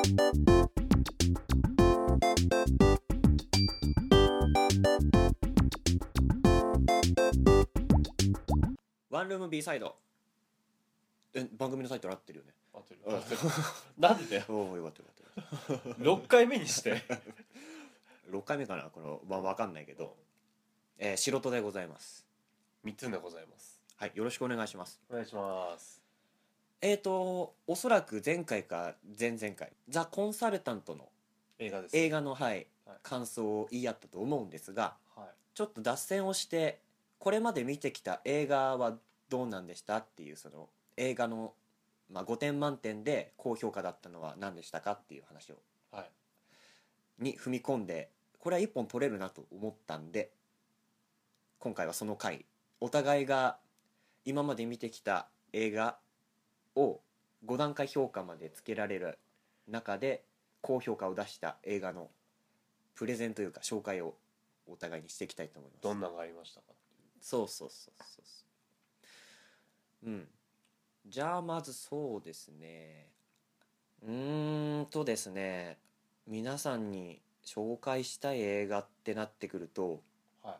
ワンルーム B サイド。番組のタイトル合ってるよね。 合ってるなんでだよ。 おお、よかったよかった 6回目にして 6回目かなこの、分かんないけど、素人でございます。 3つでございます。 はい、よろしくお願いします。 お願いします。 おそらく前回か前々回ザ・コンサルタントの映画です、 映画の、 はい、 感想を言い合ったと思うんですが、 はい、 ちょっと脱線をしてこれまで見てきた映画はどうなんでしたっていう、その映画の、5点満点で高評価だったのは何でしたかっていう話を、 はい、 に踏み込んで、これは一本取れるなと思ったんで、今回はその回、お互いが今まで見てきた映画を5段階評価までつけられる中で高評価を出した映画のプレゼンというか紹介をお互いにしていきたいと思います。 どんなのがありましたかっていう。 そう。じゃあまずそうですね。ですね。皆さんに紹介したい映画ってなってくると、 はい、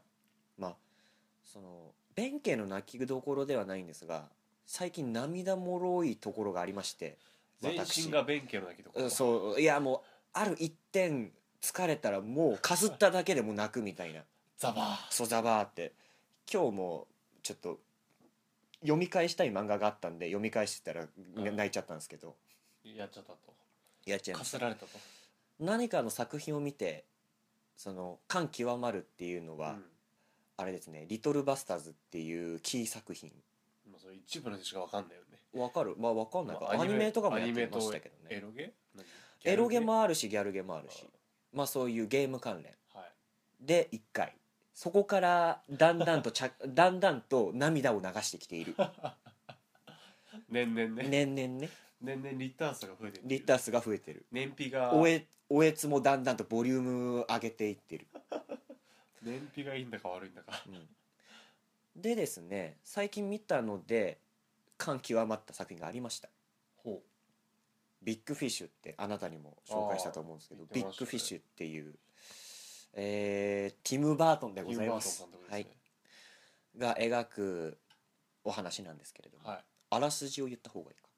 その弁慶の泣きどころではないんですが、最近涙もろいところがありまして、 全身が弁慶の泣きどころ。 そう、いやもうある一点疲れたらもうかすっただけでも泣くみたいなザバー。 そうザバーって。今日もちょっと読み返したい漫画があったんで読み返してたら泣いちゃったんですけど、 やっちゃったと。 やっちゃいました。 かすられたと。 何かの作品を見てその感極まるっていうのは、あれですね、リトルバスターズっていうキー作品。 それ一部の人しか分かんないよね。 わかる？わかんないか。アニメとかもやってましたけどね。 エロゲ？ エロゲもあるしギャルゲもあるし、そういうゲーム関連、で1回、そこからだんだんと涙を流してきている年々ね。年々リッター数が増えてる。 リッター数が増えてる。 燃費がおえつもだんだんとボリューム上げていってる燃費がいいんだか悪いんだか、 でですね、最近見たので感極まった作品がありました。ビッグフィッシュってあなたにも紹介したと思うんですけど、ビッグフィッシュっていう、ティム・バートンでございます。はい、が描くお話なんですけれども、あらすじを言った方がいいか。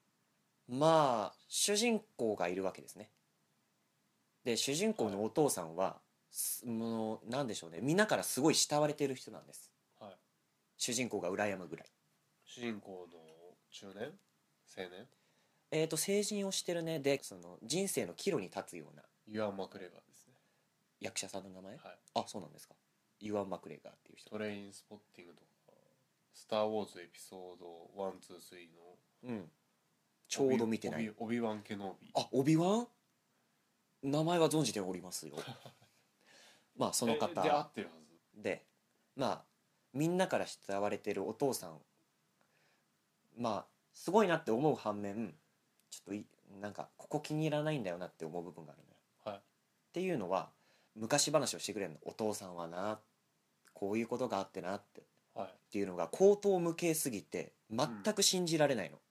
主人公がいるわけですね。で主人公のお父さんは、もうなんでしょうね、みんなからすごい慕われている人なんです。主人公が羨むぐらい。 主人公の中年青年、 成人をしてるね。でその人生の岐路に立つようなユアン・マクレガーですね、 役者さんの名前。あ、そうなんですか。ユアン・マクレガーっていう人。 トレインスポッティングとかスター・ウォーズエピソード1、2、3のちょうど見てない。 オビワン・ケノービー。 あ、オビワン、名前は存じておりますよその方で合ってるはずで、みんなから慕われてるお父さん、すごいなって思う反面、ちょっとなんかここ気に入らないんだよなって思う部分があるのよ。っていうのは、昔話をしてくれるの。お父さんはな、こういうことがあってなって、っていうのが口頭無形すぎて全く信じられないの。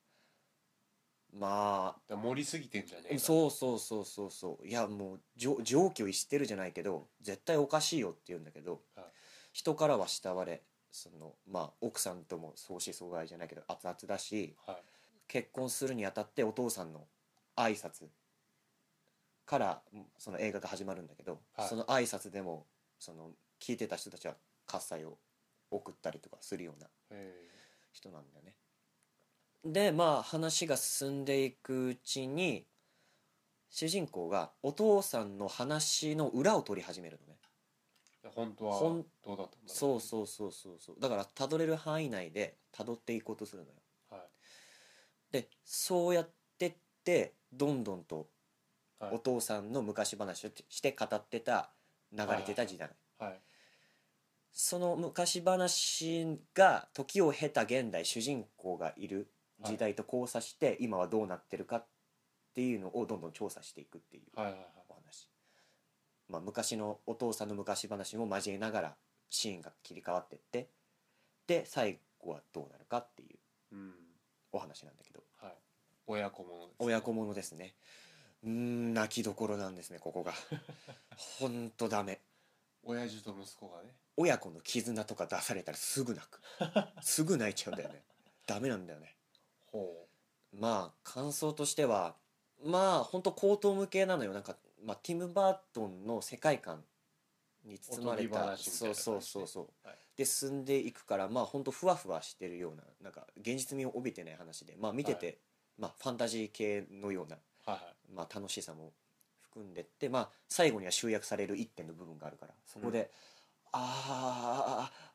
盛りすぎてんじゃねえか。 そういやもう常軌を逸してるじゃないけど絶対おかしいよって言うんだけど、人からは慕われ、その奥さんとも相思相愛じゃないけど熱々だし、結婚するにあたってお父さんの挨拶からその映画が始まるんだけど、その挨拶でもその聞いてた人たちは喝采を送ったりとかするような人なんだよね。で話が進んでいくうちに主人公がお父さんの話の裏を取り始めるのね。 本当はどうだったんだろう。 そうだからたどれる範囲内でたどっていこうとするのよ。でそうやってってどんどんとお父さんの昔話をして語ってた流れてた時代、その昔話が時を経た現代、主人公がいる時代と交差して今はどうなってるかっていうのをどんどん調査していくっていうお話。昔のお父さんの昔話も交えながらシーンが切り替わってって、で最後はどうなるかっていうお話なんだけど、 親子ものですね。 泣きどころなんですねここが。ほんとダメ。 親父と息子がね。 親子の絆とか出されたらすぐ泣く。すぐ泣いちゃうんだよね。ダメなんだよね。 ほまあ感想としてはまあほんと高等無形なのよ。なんか、まあ、ティム・バートンの世界観に包まれおとぎた、 話みたいな感じでそう、 はいで進んでいくから、まあほんとふわふわしてるような、なんか現実味を帯びてない話で、まあ見てて、 はいまあファンタジー系のような、 はいはい。 まあ、楽しさも含んでって、まあ最後には集約される一点の部分があるから、そこで、あー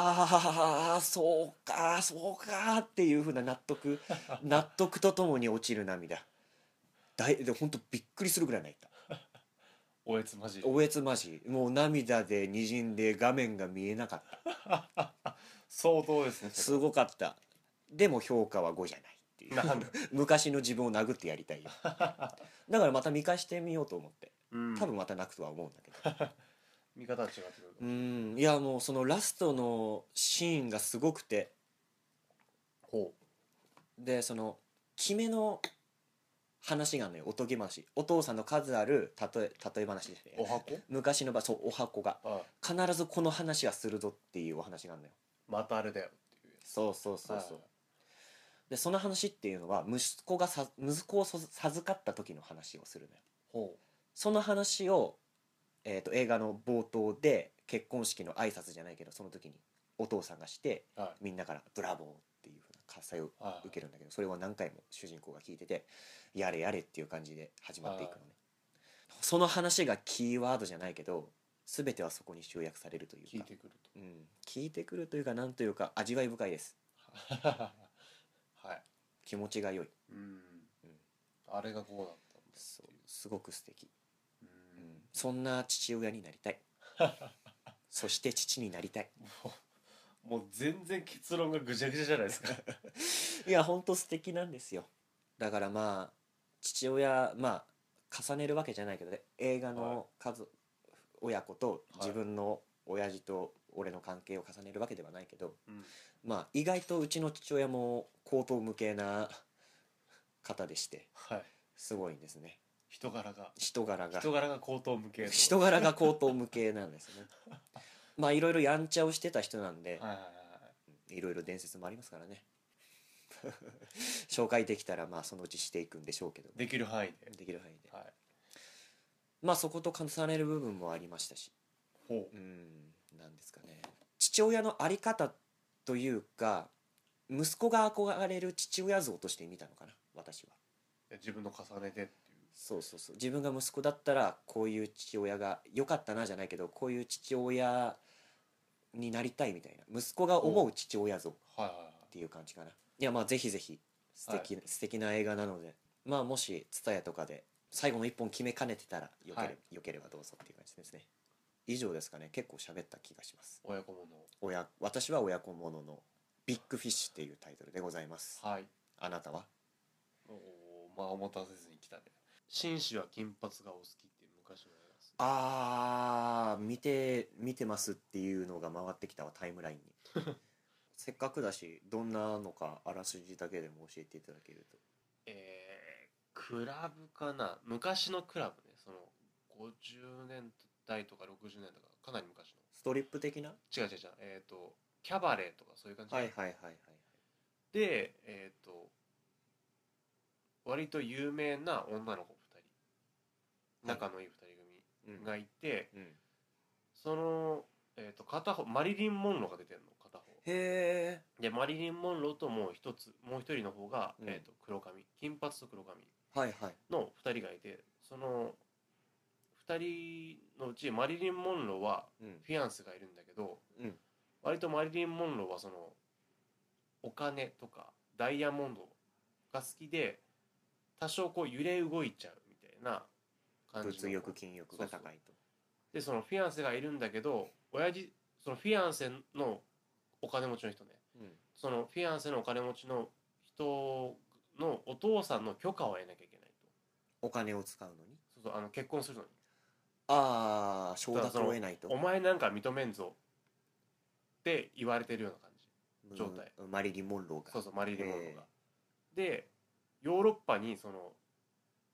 そうかそうかっていう風な納得とともに落ちる涙。で本当びっくりするぐらい泣いた。 おえつまじい。 おえつまじい。もう涙でにじんで画面が見えなかった。 相当ですね。 すごかった。でも評価は5じゃないっていう。 なんだ。 昔の自分を殴ってやりたいよ。だからまた見返してみようと思って。 うん多分また泣くとは思うんだけど。 見方は違ってくるかも。 いやもうそのラストのシーンがすごくて、 ほでその決めの話があるのよ。おとぎ話。お父さんの数ある例え話ですね。 お箱昔のそうお箱があ必ずこの話はするぞっていうお話があるのよ。 またあれだよっていうやつ。 そう。でその話っていうのは息子を授かった時の話をするのよ。 ほその話を、映画の冒頭で結婚式の挨拶じゃないけどその時にお父さんがしてう。はみんなから「ブラボー」っていう風な喝采をい。はい。 受けるんだけど、それを何回も主人公が聞いててやれやれっていう感じで始まっていくのね。その話がキーワードじゃないけど全てはそこに集約されるというか、 聞いてくる聞いてくるというかなんというか味わい深いです。 と。はい。 気持ちが良い。 あれがこうだったんだそうっていう。 すごく素敵、 うんそんな父親になりたい。そして父になりたい。 もう全然結論がぐちゃぐちゃじゃないですか。 いやほんと素敵なんですよ。だからまあ父親まあ重ねるわけじゃないけどね、映画の親子と自分の親父と俺の関係を重ねるわけではないけど、 うんまあ意外とうちの父親も高等無形な方でしてはい。 すごいんですね。 人柄が人柄が高等無形の。 人柄が高等無形なんですね。まあいろいろやんちゃをしてた人なんで、 はいはいはいいろいろ伝説もありますからね。紹介できたらまあそのうちしていくんでしょうけど、 できる範囲で。 できる範囲で、 はい。 まあそこと重ねる部分もありましたし、 ほなんですかね、父親の在り方というか息子が憧れる父親像として見たのかな私は。 う。自分の重ねてっていう。 そう自分が息子だったらこういう父親が良かったなじゃないけどこういう父親になりたいみたいな、息子が思う父親像っはいはいはい。 ていう感じかな。いやまあぜひぜひ素敵な映画なので、まあもし TSUTAYA とかで最後の一本決めかねてたらよければどうぞっていう感じですね。以上ですかね。結構喋った気がします。 親子もの。 私は親子もののビッグフィッシュっていうタイトルでございます。 はい。 あなたは？ まあお待たせずに来たね。紳士は金髪がお好きっていう昔の映画です。 見てますっていうのが回ってきたわタイムラインに。せっかくだしどんなのかあらすじだけでも教えていただけると。 クラブかな、昔のクラブね、その50年代とか60年代とかかなり昔の。 ストリップ的な？ 違うキャバレーとかそういう感じ。 はいで割と有名な女の子2人、仲のいい2人組がいて、その片方マリリン・モンローが出てるの片方。 へでマリリン・モンローともう一人の方が、黒髪、金髪と黒髪の2人がいて、その2人のうちマリリン・モンローはフィアンセがいるんだけど、割とマリリン・モンローはそのお金とかダイヤモンドが好きで多少こう揺れ動いちゃうみたいな感じの。 物欲金欲が高いと。 でそのフィアンセがいるんだけど、そのフィアンセのお金持ちの人ね、そのフィアンセのお金持ちの人のお父さんの許可を得なきゃいけないと。 お金を使うのに？ 結婚するのに。 承諾を得ないと。 お前なんか認めんぞって言われてるような感じ状態。 マリリン・モンローが。 マリリン・モンローが。でヨーロッパにその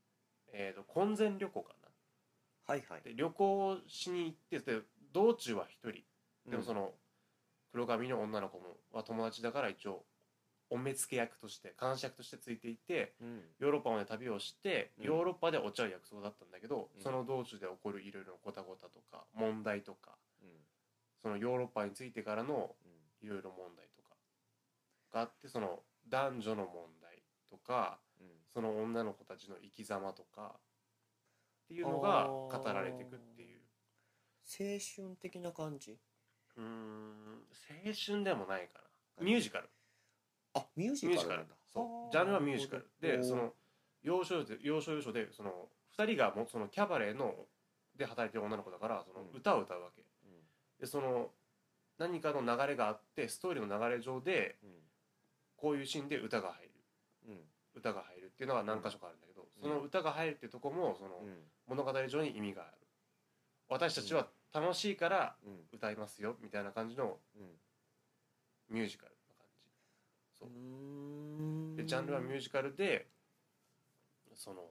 婚前旅行かな。 はいはい。 で旅行しに行ってで道中は一人でもその黒髪の女の子もは友達だから一応お目付け役として監視役としてついていて、ヨーロッパまで旅をして、ヨーロッパでお茶を約束だったんだけど、その道中で起こるいろいろごたごたとか問題とか、そのヨーロッパについてからのいろいろ問題とかがあって、その男女の問題とか、その女の子たちの生き様とかっていうのが語られていくっていう。 青春的な感じ？ 青春でもないかな。ミュージカル。 ミュージカルなんだ。 そう、ジャンルはミュージカルで、その要所要所でその2人がもそのキャバレーので働いてる女の子だから、その歌を歌うわけ、でその何かの流れがあってストーリーの流れ上で、こういうシーンで歌が入る、歌が入るっていうのが何箇所かあるんだけど、その歌が入るっていうとこもその物語上に意味がある。私たちは楽しいから歌いますよみたいな感じのミュージカル。そうでジャンルはミュージカルで、その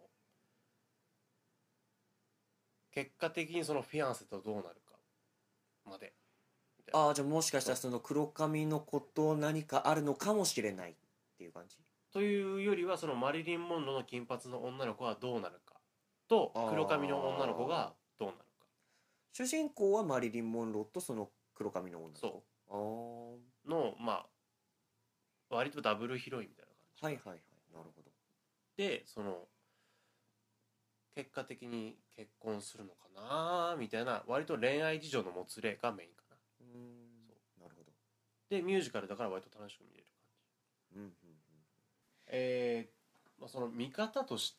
結果的にそのフィアンセとどうなるかまで。 じゃあもしかしたらその黒髪の子と何かあるのかもしれないっていう感じというよりは、そのマリリン・モンローの金髪の女の子はどうなるかと黒髪の女の子がどうなるか。 主人公はマリリン・モンローとその黒髪の女の子の割とダブルヒロインみたいな感じ。 はいはいはい、なるほど。 でその結果的に結婚するのかなみたいな、割と恋愛事情のもつれがメインかな。 そうなるほど。 でミュージカルだから割と楽しく見れる感じ。その見方として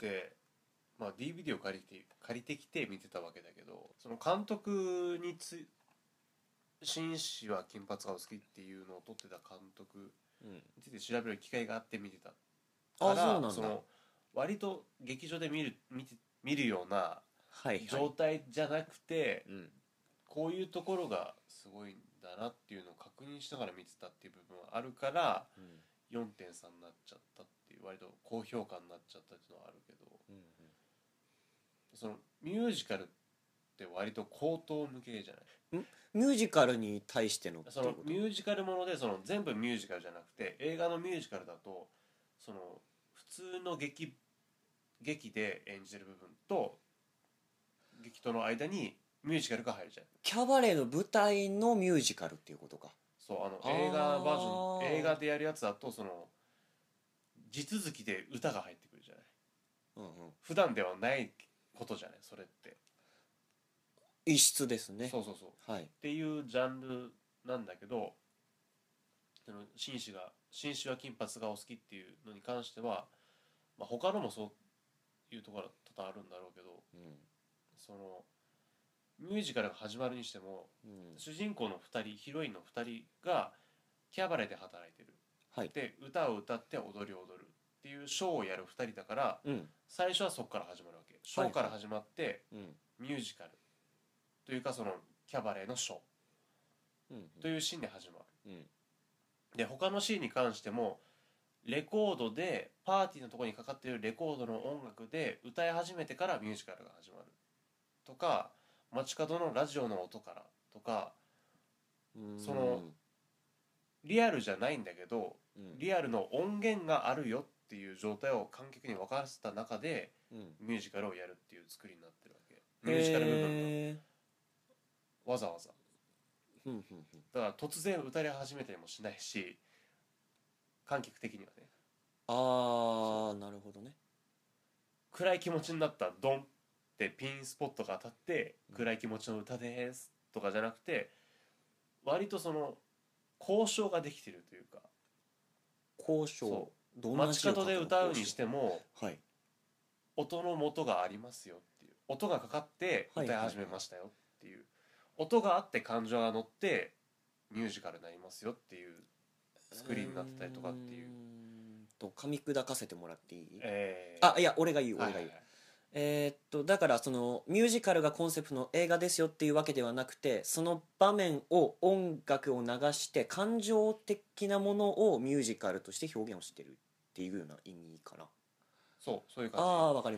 、DVD を借りてきて見てたわけだけど、その監督に紳士は金髪が好きっていうのを撮ってた監督について調べる機会があって見てたから、その割と劇場で見るような状態じゃなくて、こういうところがすごいんだなっていうのを確認しながら見てたっていう部分はあるから、4.3 になっちゃったっていう、割と高評価になっちゃったっていうのはあるけど、そのミュージカルって割と高等向けじゃない？ ミュージカルに対してのそのミュージカルもので、その全部ミュージカルじゃなくて、映画のミュージカルだとその普通の劇で演じてる部分と劇との間にミュージカルが入るじゃん。 キャバレーの舞台のミュージカルっていうことか。 そう、映画バージョン、映画でやるやつだとその地続きで歌が入ってくるじゃない、普段ではないことじゃない、それって異質ですね。 そう、っていうジャンルなんだけど、紳士は金髪がお好きっていうのに関しては、他のもそういうところは多々あるんだろうけど、そのミュージカルが始まるにしても、主人公の2人、ヒロインの2人がキャバレーで働いてる、で歌を歌って踊るっていうショーをやる2人だから、最初はそこから始まるわけ。ショーから始まって、ミュージカルというかそのキャバレーのショーというシーンで始まる、で他のシーンに関してもレコードでパーティーのところにかかっているレコードの音楽で歌い始めてからミュージカルが始まるとか、街角のラジオの音からとか、そのリアルじゃないんだけど、リアルの音源があるよっていう状態を観客に分からせた中で、ミュージカルをやるっていう作りになってるわけ。ミュージカル部分がわざわざだから突然歌い始めたりもしないし、観客的にはね。 なるほどね。 暗い気持ちになったドンってピンスポットが当たって暗い気持ちの歌ですとかじゃなくて、割とその交渉ができてるというか、 交渉、 街角で歌うにしても、音の元がありますよっていう、音がかかって歌い始めましたよっていう、音があって感情が乗ってミュージカルになりますよっていう作りになってたりとかっていう。 噛み砕かせてもらっていい？いや俺が言う。だからそのミュージカルがコンセプトの映画ですよっていうわけではなくて、その場面を音楽を流して感情的なものをミュージカルとして表現をしてるっていうような意味かな。 そういう感じ。 わかりました。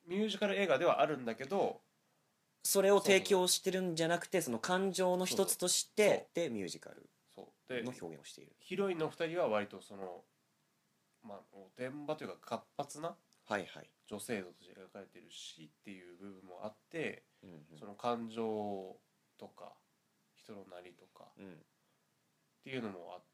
ミュージカル映画ではあるんだけど、 それを提供してるんじゃなくて、その感情の一つとしてでミュージカルの表現をしている。 ヒロインの2人は割とその、まあ、おてんばというか活発な女性像として描かれてるしっていう部分もあって、その感情とか人のなりとかっていうのもあって、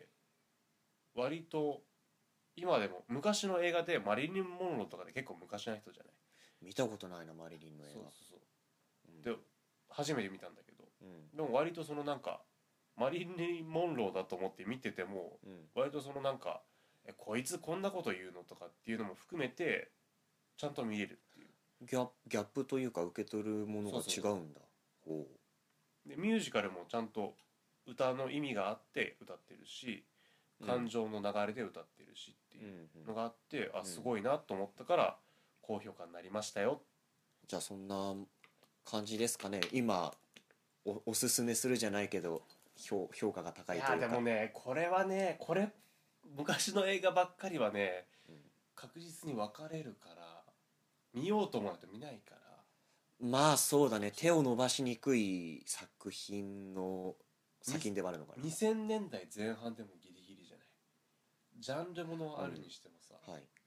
割と今でも昔の映画でマリリン・モンローとかで結構昔の人じゃない？ 見たことないな、マリリンの映画。 で初めて見たんだけど、でも割とそのなんかマリリン・モンローだと思って見てても、割とそのなんかこいつこんなこと言うのとかっていうのも含めてちゃんと見れるっていうギャップというか受け取るものが違うんだ。 でミュージカルもちゃんと歌の意味があって歌ってるし、感情の流れで歌ってるしっていうのがあって、あ、すごいなと思ったから高評価になりましたよ。 じゃあそんな感じですかね。今 おすすめするじゃないけど評価が高いというか。 いやでもね、これ昔の映画ばっかりはね、確実に分かれるから見ようと思うと見ないから。 まあそうだね、手を伸ばしにくい作品ではあるのかな。 2000年代前半でもギリギリじゃない。ジャンルものあるにしてもさ、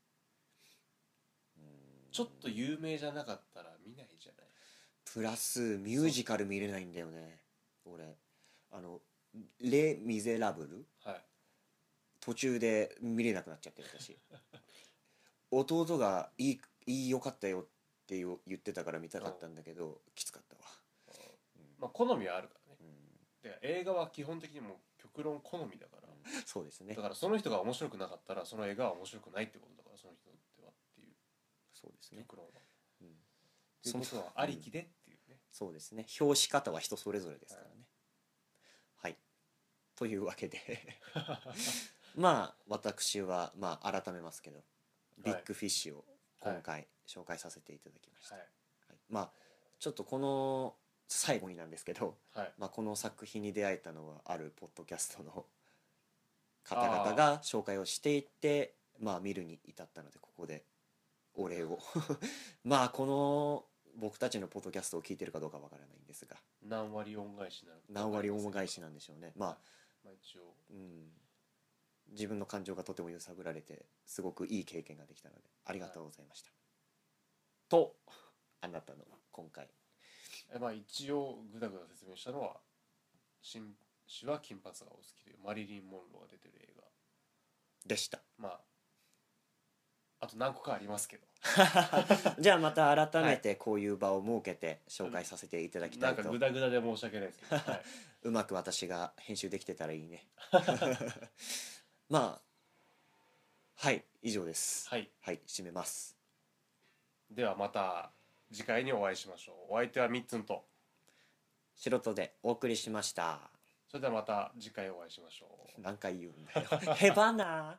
ちょっと有名じゃなかったら見ないじゃない。 プラスミュージカル見れないんだよね俺。レ・ミゼラブル、途中で見れなくなっちゃってるし弟がよかったよって言ってたから見たかったんだけど、きつかったわ。 まあ好みはあるからね。で映画は基本的にも極論好みだから、 そうですね。 だからその人が面白くなかったらその映画は面白くないってことだから、その人にとってはっていう。 そうですね。 極論は。その人はありきでっていうね。 そうですね。評し方は人それぞれですからね。はい。というわけでまあ私は改めますけど、ビッグフィッシュを今回紹介させていただきました。まあちょっとこの最後になんですけど、この作品に出会えたのはあるポッドキャストの方々が紹介をしていって見るに至ったので、ここでお礼をこの僕たちのポッドキャストを聞いてるかどうかわからないんですが、 何割恩返しなんでしょうね。一応、自分の感情がとても揺さぶられてすごくいい経験ができたのでありがとうございました、とあなたの今回一応グダグダ説明したのは、新種は金髪がお好きというマリリン・モンローが出てる映画でした。 あと何個かありますけどじゃあまた改めてこういう場を設けて紹介させていただきたいと。 なんかグダグダで申し訳ないですけど、 うまく私が編集できてたらいいね以上です。締めます。 ではまた次回にお会いしましょう。お相手はみっつんと素人でお送りしました。 それではまた次回お会いしましょう。 何回言うんだよへばな。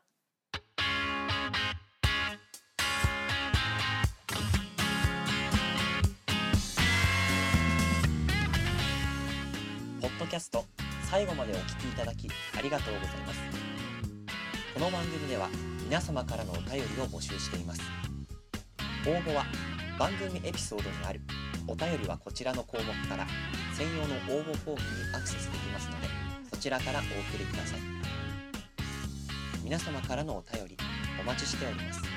ポッドキャスト最後までお聞きいただきありがとうございます。この番組では皆様からのお便りを募集しています。応募は番組エピソードにあるお便りはこちらの項目から専用の応募フォームにアクセスできますので、そちらからお送りください。皆様からのお便りお待ちしております。